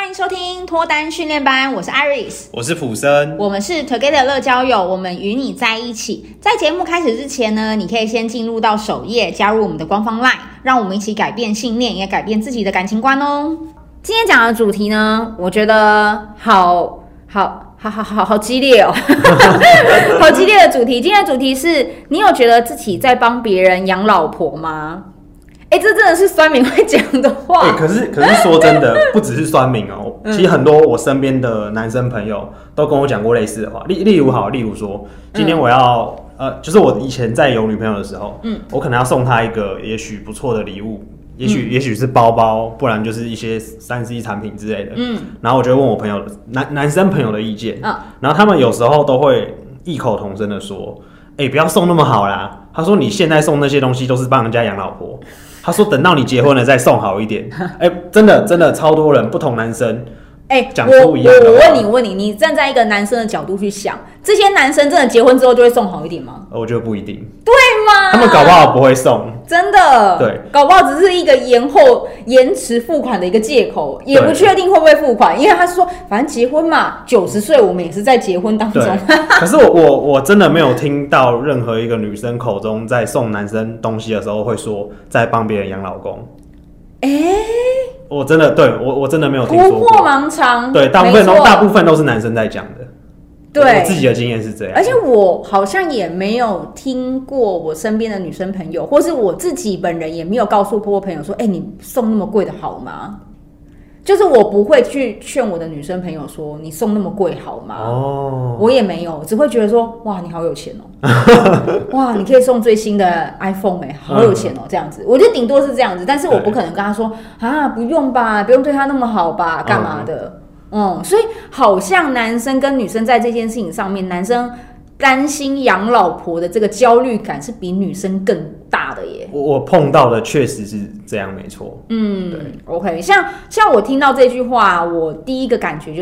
迎收听脱单训练班，我是 Iris， 我是普森， 我们是 Together 乐交友，我们与你在一起。在节目开始之前呢，你可以先进入到首页，加入我们的官方 LINE， 让我们一起改变信念，也改变自己的感情观哦。今天讲的主题呢，我觉得好激烈哦，好激烈的主题。今天的主题是你有觉得自己在帮别人养老婆吗？这真的是酸民会讲的话。 可是说真的，不只是酸民哦，其实很多我身边的男生朋友都跟我讲过类似的话。例如说，今天我要就是我以前在有女朋友的时候，我可能要送她一个也许不错的礼物。也许是包包，不然就是一些3C 产品之类的。然后我就会问我朋友男生朋友的意见，然后他们有时候都会异口同声的说：“不要送那么好啦。”他说：“你现在送那些东西都是帮人家养老婆。”他说：“等到你结婚了再送好一点。”真的超多人不同男生。讲出一样的话。 我问你，你站在一个男生的角度去想，这些男生真的结婚之后就会送好一点吗？ 我觉得不一定。 对吗？ 他们搞不好不会送， 真的。 对， 搞不好只是一个延迟付款的一个借口，也不确定会不会付款，因为他是说，反正结婚嘛，90岁我们也是在结婚当中。 可是我真的没有听到任何一个女生口中在送男生东西的时候会说在帮别人养老公。我真的我真的没有听说过， 突破盲肠。 对，大部分都是男生在讲的。 对， 我自己的经验是这样。 而且我好像也没有听过我身边的女生朋友，或是我自己本人也没有告诉过朋友说，你送那么贵的好吗？就是我不会去劝我的女生朋友说你送那么贵好吗？我也没有，只会觉得说哇你好有钱哇你可以送最新的 iPhone 好有钱这样子，我就顶多是这样子，但是我不可能跟他说不用吧，不用对他那么好吧，干嘛的？所以好像男生跟女生在这件事情上面，男生担心养老婆的这个焦虑感是比女生更大的耶。 我碰到的确实是这样，没错。 对 ，OK， 像我听到这句话，我第一个感觉就是，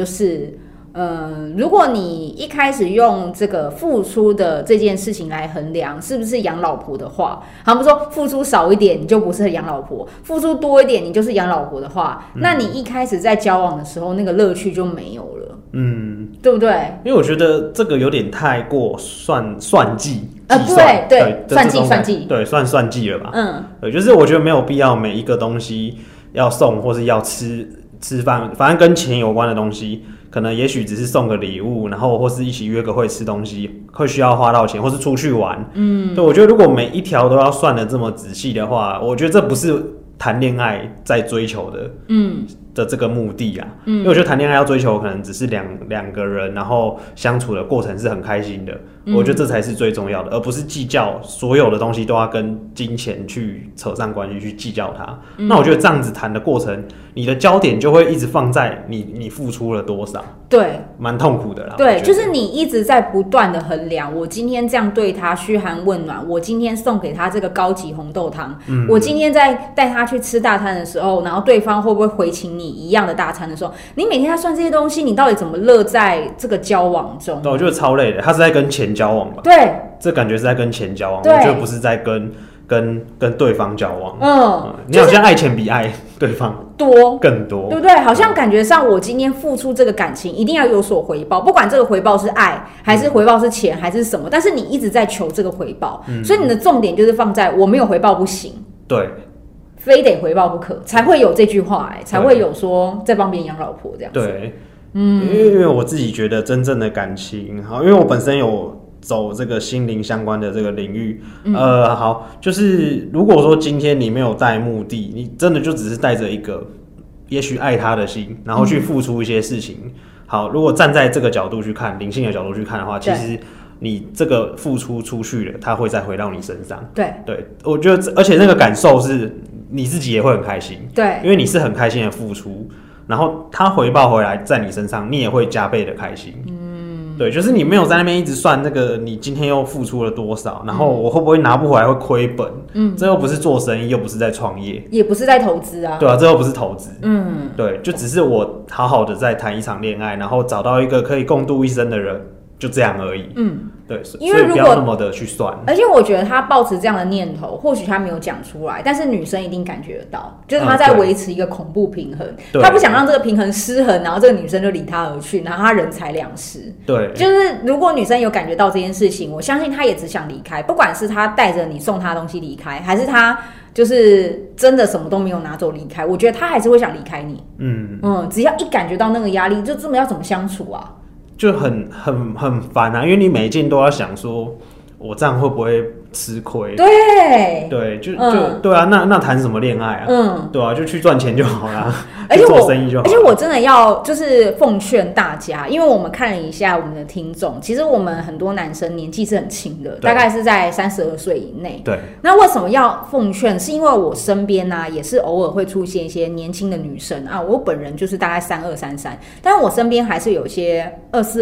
如果你一开始用这个付出的这件事情来衡量是不是养老婆的话，他们说付出少一点你就不是养老婆，付出多一点你就是养老婆的话，那你一开始在交往的时候那个乐趣就没有了。对不对？ 因为我觉得这个有点太过算计， 对，算计， 对，算计了吧？对，就是我觉得没有必要每一个东西要送或是要吃饭，反正跟钱有关的东西，可能也许只是送个礼物，然后或是一起约个会吃东西，会需要花到钱，或是出去玩。对，我觉得如果每一条都要算得这么仔细的话，我觉得这不是谈恋爱在追求的。的这个目的啊，因为我觉得谈恋爱要追求可能只是两个人，然后相处的过程是很开心的，我觉得这才是最重要的，而不是计较所有的东西都要跟金钱去扯上关系去计较它。那我觉得这样子谈的过程，你的焦点就会一直放在你付出了多少， 对， 蛮痛苦的啦。 对，就是你一直在不断的衡量，我今天这样对他嘘寒问暖，我今天送给他这个高级红豆汤，我今天在带他去吃大餐的时候，然后对方会不会回请你一样的大餐的时候，你每天在算这些东西，你到底怎么乐在这个交往中？ 对，我觉得超累的，他是在跟钱交往吧？ 对，这感觉是在跟钱交往，我觉得不是在跟对方交往。你好像爱钱比爱对方更多， 对不对？好像感觉上我今天付出这个感情一定要有所回报，不管这个回报是爱还是回报是钱还是什么，但是你一直在求这个回报，所以你的重点就是放在我没有回报不行。 对。 非得回报不可，才会有这句话，才会有说在帮别人养老婆这样子。 对，因为我自己觉得真正的感情，好，因为我本身有走这个心灵相关的这个领域，好，就是如果说今天你没有带目的，你真的就只是带着一个也许爱他的心，然后去付出一些事情。好，如果站在这个角度去看，灵性的角度去看的话，其实你这个付出出去了，它会再回到你身上。对，我觉得，而且那个感受是你自己也会很开心。对，因为你是很开心的付出，然后它回报回来在你身上，你也会加倍的开心。对，就是你没有在那边一直算那个你今天又付出了多少，然后我会不会拿不回来会亏本。这又不是做生意，又不是在创业， 也不是在投资啊。 对啊，这又不是投资。对，就只是我好好的在谈一场恋爱，然后找到一个可以共度一生的人，就这样而已。 对， 因为如果所以不要那么的去算。 而且我觉得他抱持这样的念头，或许他没有讲出来，但是女生一定感觉得到，就是他在维持一个恐怖平衡，他不想让这个平衡失衡，然后这个女生就离他而去，然后他人财两失。 对， 就是如果女生有感觉到这件事情，我相信她也只想离开，不管是她带着你送她的东西离开，还是她就是真的什么都没有拿走离开，我觉得她还是会想离开你。只要一感觉到那个压力，就这么要怎么相处啊？ 就很烦啊，因为你每一件都要想说，我这样会不会吃亏？对，就对啊，那谈什么恋爱啊？对啊，就去赚钱就好啦， 而且做生意就好。 而且我真的要就是奉劝大家，因为我们看了一下我们的听众，其实我们很多男生年纪是很轻的，大概是在32岁以内。 对， 那为什么要奉劝？是因为我身边啊，也是偶尔会出现一些年轻的女生啊，我本人就是大概32、33，但是我身边还是有一些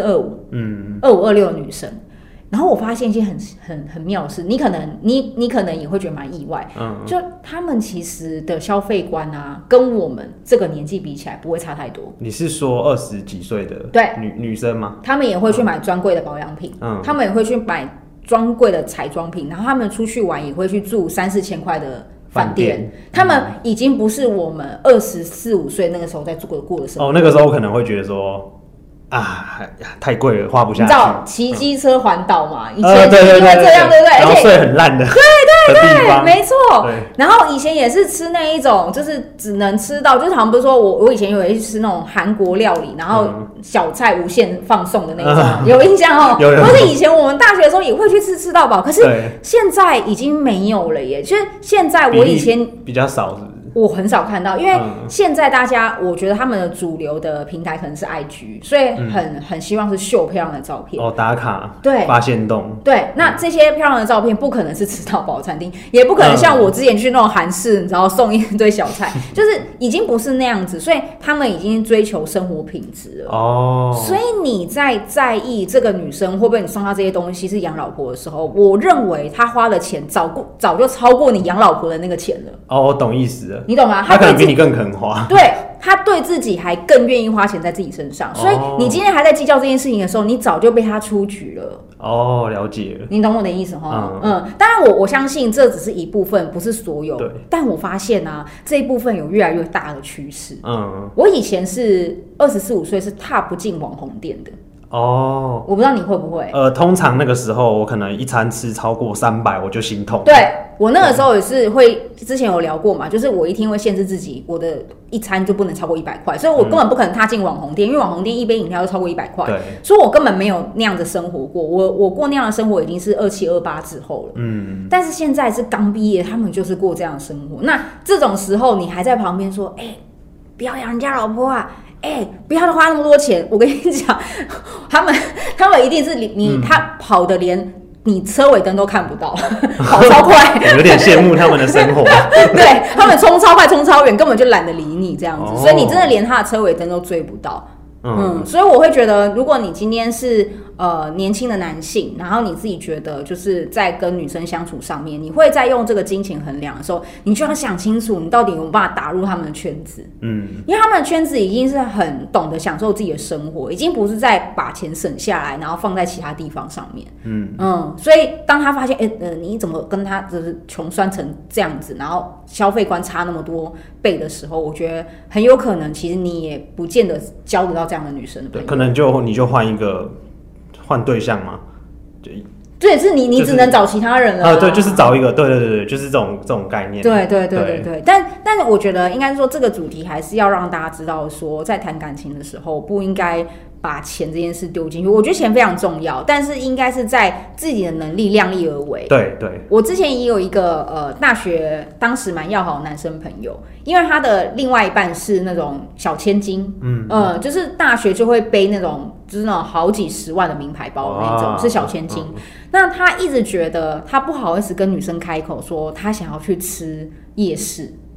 24、25、25、26的女生。然后我发现一件很妙的事，你可能也会觉得蛮意外，就他们其实的消费观啊，跟我们这个年纪比起来不会差太多。你是说20几岁的女生吗？ 他们也会去买专柜的保养品，他们也会去买专柜的彩妆品，然后他们出去玩也会去住3、4千块的饭店，他们已经不是我们24、25岁那个时候在过的生活。 那个时候我可能会觉得说。太贵了，花不下去。 你知道骑机车环岛嘛？以前因为这样，对不对？ 然后睡很烂的， 对，没错。然后以前也是吃那一种，就是只能吃到，就是好像不是说我以前有去吃那种韩国料理，然后小菜无限放送的那种，有印象哦。或是以前我们大学的时候也会去吃到饱，可是现在已经没有了耶。就是现在我以前比较少，是不是？ 我很少看到，因为现在大家，我觉得他们的主流的平台可能是 IG， 所以很希望是秀漂亮的照片打卡， 对， 发限动， 对。那这些漂亮的照片不可能是吃到饱餐厅，也不可能像我之前去那种韩式，你知道送一堆小菜，就是已经不是那样子，所以他们已经追求生活品质了。所以你在意这个女生会不会你送她这些东西是养老婆的时候，我认为她花的钱早就超过你养老婆的那个钱了。 我懂意思了。 你懂吗？ 他可能比你更肯花， 对，他对自己还更愿意花钱在自己身上，所以你今天还在计较这件事情的时候，你早就被他出局了。 了解了， 你懂我的意思哈？当然我相信这只是一部分，不是所有。对，但我发现啊，这一部分有越来越大的趋势。我以前是24、25岁是踏不进网红店的。我不知道你会不会。 通常那个时候我可能一餐吃超过300我就心痛。 对，我那个时候也是会，之前有聊过嘛，就是我一天会限制自己，我的一餐就不能超过100块，所以我根本不可能踏进网红店，因为网红店一杯饮料就超过100块，所以我根本没有那样的生活过。我过那样的生活已经是27、28之后了。但是现在是刚毕业，他们就是过这样的生活。那这种时候，你还在旁边说，不要养人家老婆啊！不要花那么多钱，我跟你讲，他们一定是他跑的连你车尾灯都看不到，跑超快， 有点羡慕他们的生活。 对，他们冲超快，冲超远，根本就懒得理你这样子，所以你真的连他的车尾灯都追不到。所以我会觉得，如果你今天是年轻的男性，然后你自己觉得就是在跟女生相处上面，你会在用这个金钱衡量的时候，你就要想清楚，你到底有没有办法打入他们的圈子。因为他们的圈子已经是很懂得享受自己的生活，已经不是在把钱省下来，然后放在其他地方上面。所以当他发现，你怎么跟他就是穷酸成这样子，然后消费观差那么多倍的时候，我觉得很有可能，其实你也不见得交得到这样的女生的朋友。 可能你就换对象嘛， 对，是你只能找其他人了。 对，就是找一个，对，就是这种概念。 对。但是我觉得应该说这个主题还是要让大家知道说，在谈感情的时候不应该把钱这件事丢进去。我觉得钱非常重要，但是应该是在自己的能力量力而为。对。我之前也有一个大学当时蛮要好的男生朋友，因为他的另外一半是那种小千金，就是大学就会背那种就是那种好几10万的名牌包的那种，是小千金。那他一直觉得他不好意思跟女生开口说他想要去吃夜市。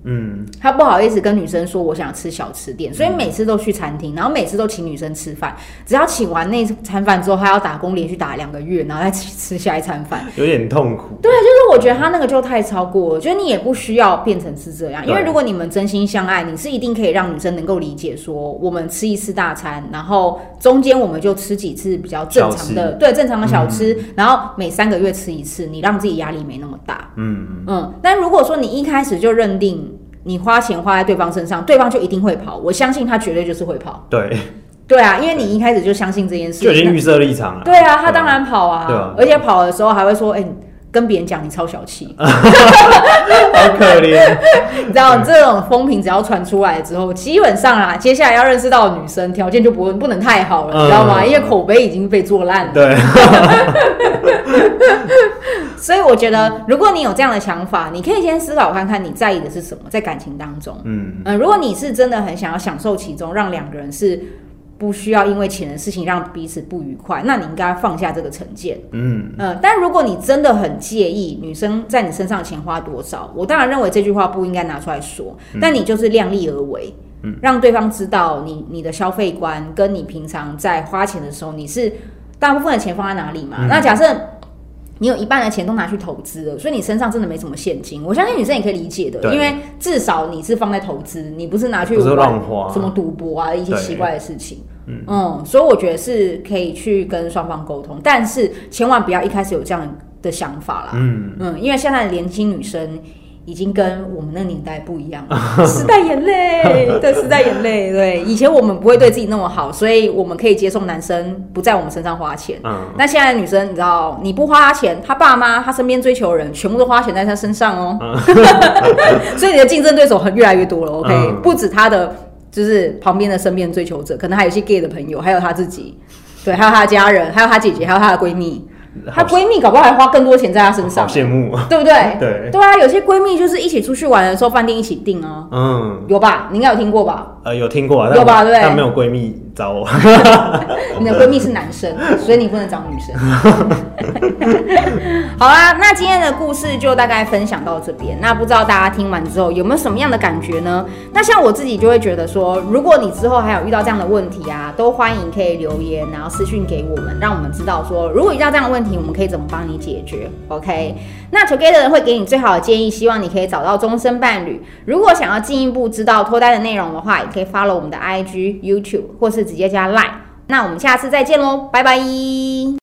他不好意思跟女生说我想吃小吃店，所以每次都去餐厅，然后每次都请女生吃饭。只要请完那餐饭之后，他要打工连续打2个月，然后再吃下一餐饭， 有点痛苦。 对，就是我觉得他那个就太超过了，我觉得你也不需要变成是这样，因为如果你们真心相爱，你是一定可以让女生能够理解说，我们吃一次大餐，然后中间我们就吃几次比较正常的，对，正常的小吃，然后每3个月吃一次，你让自己压力没那么大。但如果说你一开始就认定你花钱花在对方身上，对方就一定会跑，我相信他绝对就是会跑。对啊，因为你一开始就相信这件事， 就已经预设立场了。 对啊，他当然跑啊，而且跑的时候还会说，跟别人讲你超小气，好可怜。 你知道这种风评只要传出来之后，基本上啦，接下来要认识到的女生条件就不能太好了，你知道吗？因为口碑已经被做烂了。 对。 所以我觉得，如果你有这样的想法，你可以先思考看看你在意的是什么，在感情当中。如果你是真的很想要享受其中，让2个人是不需要因为钱的事情让彼此不愉快，那你应该放下这个成见。但如果你真的很介意女生在你身上钱花多少，我当然认为这句话不应该拿出来说，但你就是量力而为，让对方知道你的消费观跟你平常在花钱的时候，你是大部分的钱放在哪里嘛？那假设你有一半的钱都拿去投资了，所以你身上真的没什么现金。我相信女生也可以理解的，因为至少你是放在投资，你不是拿去玩什么赌博啊一些奇怪的事情。所以我觉得是可以去跟双方沟通，但是千万不要一开始有这样的想法啦。因为现在的年轻女生已经跟我们那个年代不一样了，时代眼泪，对，时代眼泪，对，以前我们不会对自己那么好，所以我们可以接受男生不在我们身上花钱。那现在的女生，你知道，你不花钱，她爸妈、她身边追求的人，全部都花钱在她身上哦。所以你的竞争对手越来越多了 ，OK，不止她的，就是旁边的身边的追求者，可能还有一些 gay 的朋友，还有她自己，对，还有她的家人，还有她姐姐，还有她的闺蜜。她闺蜜搞不好还花更多钱在她身上， 好羡慕， 对不对？ 对啊，有些闺蜜就是一起出去玩的时候，饭店一起订啊。有吧？你应该有听过吧？ 有听过啊， 有吧？对， 但没有闺蜜找我。 你的闺蜜是男生，所以你不能找女生。好啦，那今天的故事就大概分享到这边。那不知道大家听完之后有没有什么样的感觉呢？那像我自己就会觉得说，如果你之后还有遇到这样的问题啊，都欢迎可以留言，然后私讯给我们，让我们知道说，如果遇到这样的问题，我们可以怎么帮你解决 ？OK？ 那 Together 会给你最好的建议，希望你可以找到终身伴侣。如果想要进一步知道脱单的内容的话，也可以 follow 我们的 IG、YouTube 或是直接加 Line。那我们下次再见喽，拜拜。